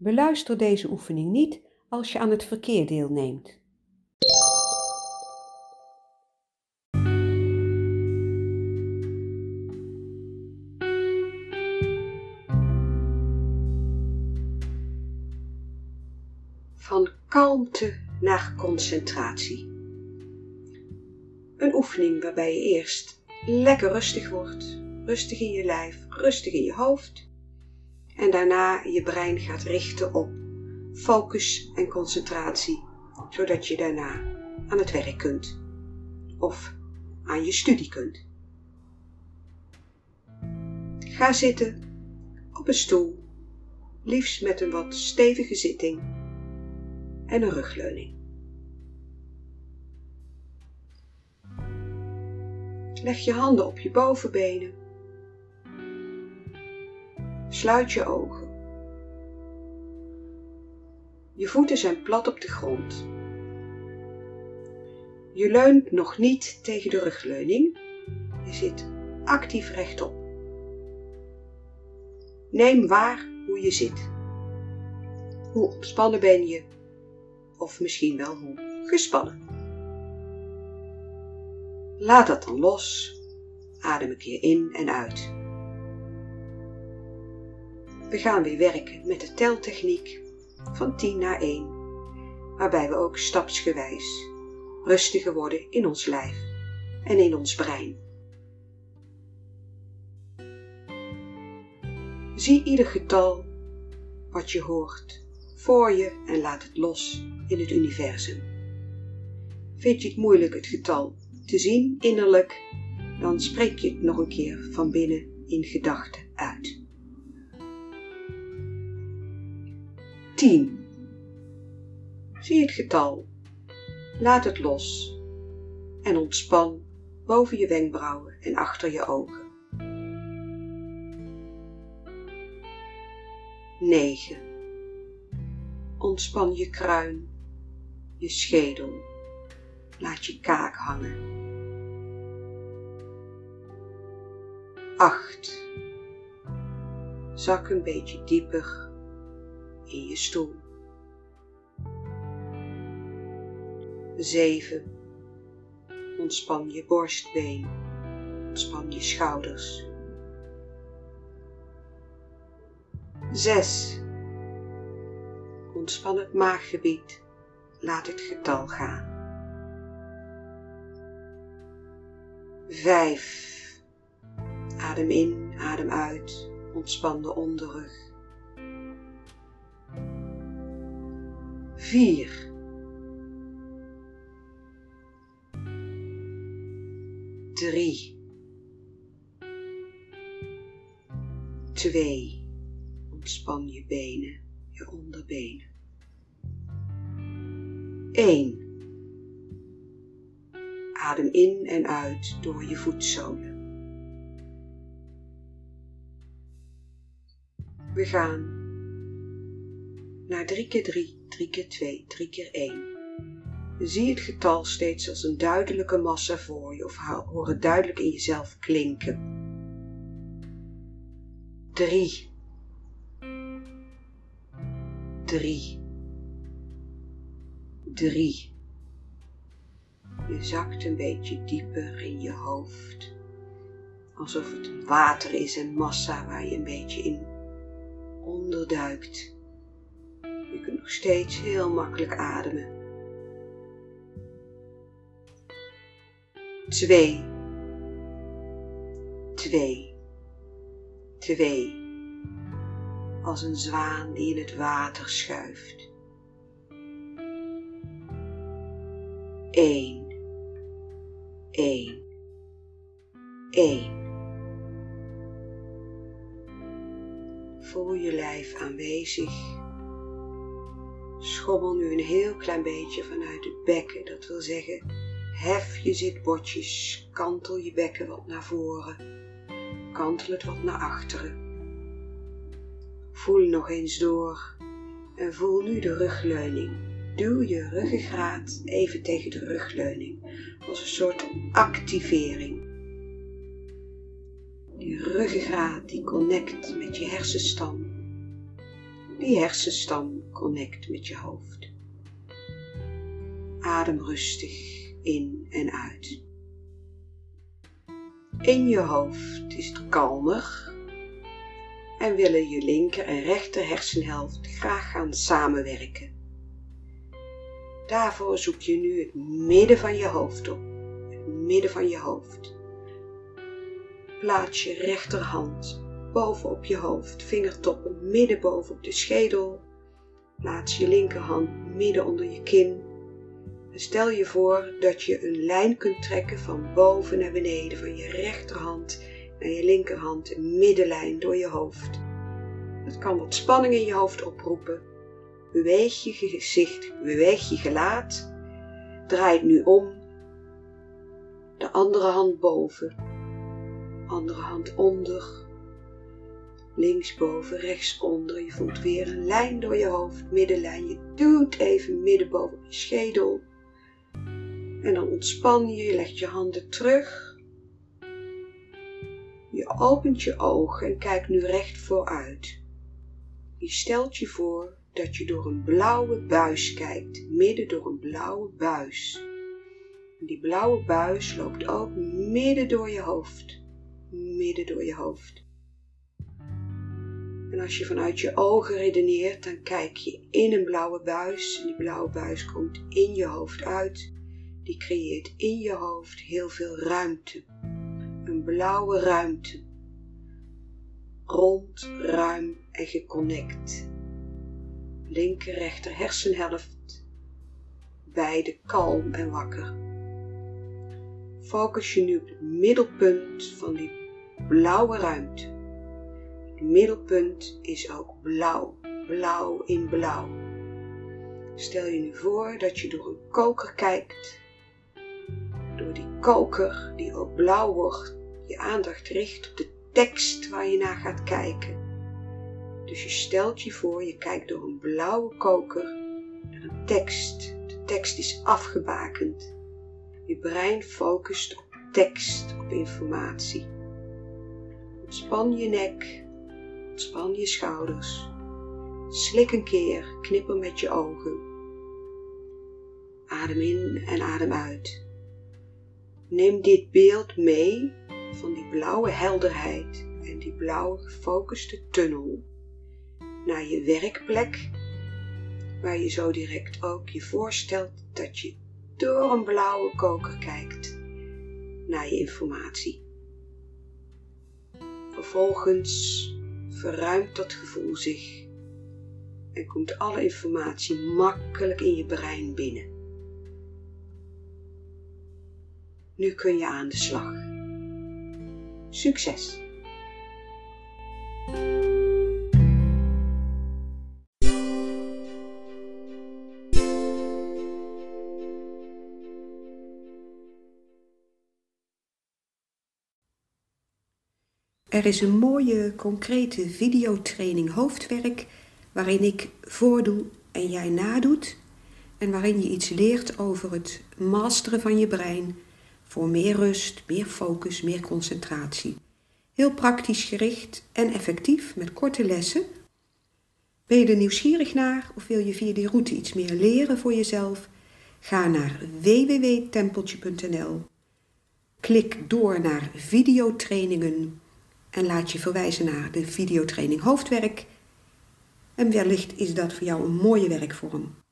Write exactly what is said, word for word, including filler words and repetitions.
Beluister deze oefening niet als je aan het verkeer deelneemt. Van kalmte naar concentratie. Een oefening waarbij je eerst lekker rustig wordt, rustig in je lijf, rustig in je hoofd en daarna je brein gaat richten op focus en concentratie, zodat je daarna aan het werk kunt of aan je studie kunt. Ga zitten op een stoel, liefst met een wat stevige zitting en een rugleuning. Leg je handen op je bovenbenen. Sluit je ogen. Je voeten zijn plat op de grond. Je leunt nog niet tegen de rugleuning. Je zit actief rechtop. Neem waar hoe je zit. Hoe ontspannen ben je? Of misschien wel hoe gespannen. Laat dat dan los. Adem een keer in en uit. We gaan weer werken met de teltechniek van tien naar één, waarbij we ook stapsgewijs rustiger worden in ons lijf en in ons brein. Zie ieder getal wat je hoort voor je en laat het los in het universum. Vind je het moeilijk het getal te zien innerlijk, dan spreek je het nog een keer van binnen in gedachten uit. tien. Zie het getal, laat het los en ontspan boven je wenkbrauwen en achter je ogen. negen. Ontspan je kruin, je schedel, laat je kaak hangen. acht. Zak een beetje dieper in je stoel. zeven. Ontspan je borstbeen, ontspan je schouders. zes. Ontspan het maaggebied, laat het getal gaan. vijf. Adem in, adem uit, ontspan de onderrug. vier. drie. twee. Ontspan je benen, je onderbenen. één. Adem in en uit door je voetzolen. We gaan naar drie keer drie, drie keer twee, drie keer één. Zie het getal steeds als een duidelijke massa voor je of hoor het duidelijk in jezelf klinken. drie. drie. drie. Je zakt een beetje dieper in je hoofd. Alsof het water is en massa waar je een beetje in onderduikt. Je kunt nog steeds heel makkelijk ademen. twee. twee. twee. Als een zwaan die in het water schuift. één. één. één. Voel je lijf aanwezig. Schommel nu een heel klein beetje vanuit het bekken. Dat wil zeggen, hef je zitbotjes, kantel je bekken wat naar voren, kantel het wat naar achteren. Voel nog eens door en voel nu de rugleuning. Duw je ruggengraat even tegen de rugleuning, als een soort activering. Die ruggengraat die connect met je hersenstam. die hersenstam connect met je hoofd. Adem rustig in en uit. In je hoofd is het kalmer en willen je linker en rechter hersenhelft graag gaan samenwerken. Daarvoor zoek je nu het midden van je hoofd op. Het midden van je hoofd. Plaats je rechterhand bovenop je hoofd, vingertoppen midden bovenop de schedel. Plaats je linkerhand midden onder je kin. En stel je voor dat je een lijn kunt trekken van boven naar beneden, van je rechterhand naar je linkerhand, een middenlijn door je hoofd. Dat kan wat spanning in je hoofd oproepen. Beweeg je gezicht, beweeg je gelaat. Draai het nu om. De andere hand boven. Andere hand onder. Linksboven, rechtsonder. Je voelt weer een lijn door je hoofd, middenlijn. Je duwt even midden boven op je schedel. En dan ontspan je, je legt je handen terug. Je opent je ogen en kijkt nu recht vooruit. Je stelt je voor dat je door een blauwe buis kijkt, midden door een blauwe buis. En die blauwe buis loopt ook midden door je hoofd, midden door je hoofd. En als je vanuit je ogen redeneert, dan kijk je in een blauwe buis. En die blauwe buis komt in je hoofd uit. Die creëert in je hoofd heel veel ruimte. Een blauwe ruimte. Rond, ruim en geconnect. Linker, rechter hersenhelft. Beide kalm en wakker. Focus je nu op het middelpunt van die blauwe ruimte. Het middelpunt is ook blauw. Blauw in blauw. Stel je nu voor dat je door een koker kijkt. Door die koker, die ook blauw wordt, je aandacht richt op de tekst waar je naar gaat kijken. Dus je stelt je voor, je kijkt door een blauwe koker naar een tekst. De tekst is afgebakend. Je brein focust op tekst, op informatie. Ontspan je nek, ontspan je schouders. Slik een keer, knipper met je ogen. Adem in en adem uit. Neem dit beeld mee van die blauwe helderheid en die blauwe gefocuste tunnel naar je werkplek, waar je zo direct ook je voorstelt dat je door een blauwe koker kijkt naar je informatie. Vervolgens verruimt dat gevoel zich en komt alle informatie makkelijk in je brein binnen. Nu kun je aan de slag. Succes! Er is een mooie, concrete videotraining hoofdwerk waarin ik voordoe en jij nadoet en waarin je iets leert over het masteren van je brein voor meer rust, meer focus, meer concentratie. Heel praktisch gericht en effectief met korte lessen. Ben je er nieuwsgierig naar of wil je via die route iets meer leren voor jezelf? Ga naar w w w punt tempeltje punt n l. Klik door naar videotrainingen en laat je verwijzen naar de videotraining hoofdwerk. En wellicht is dat voor jou een mooie werkvorm.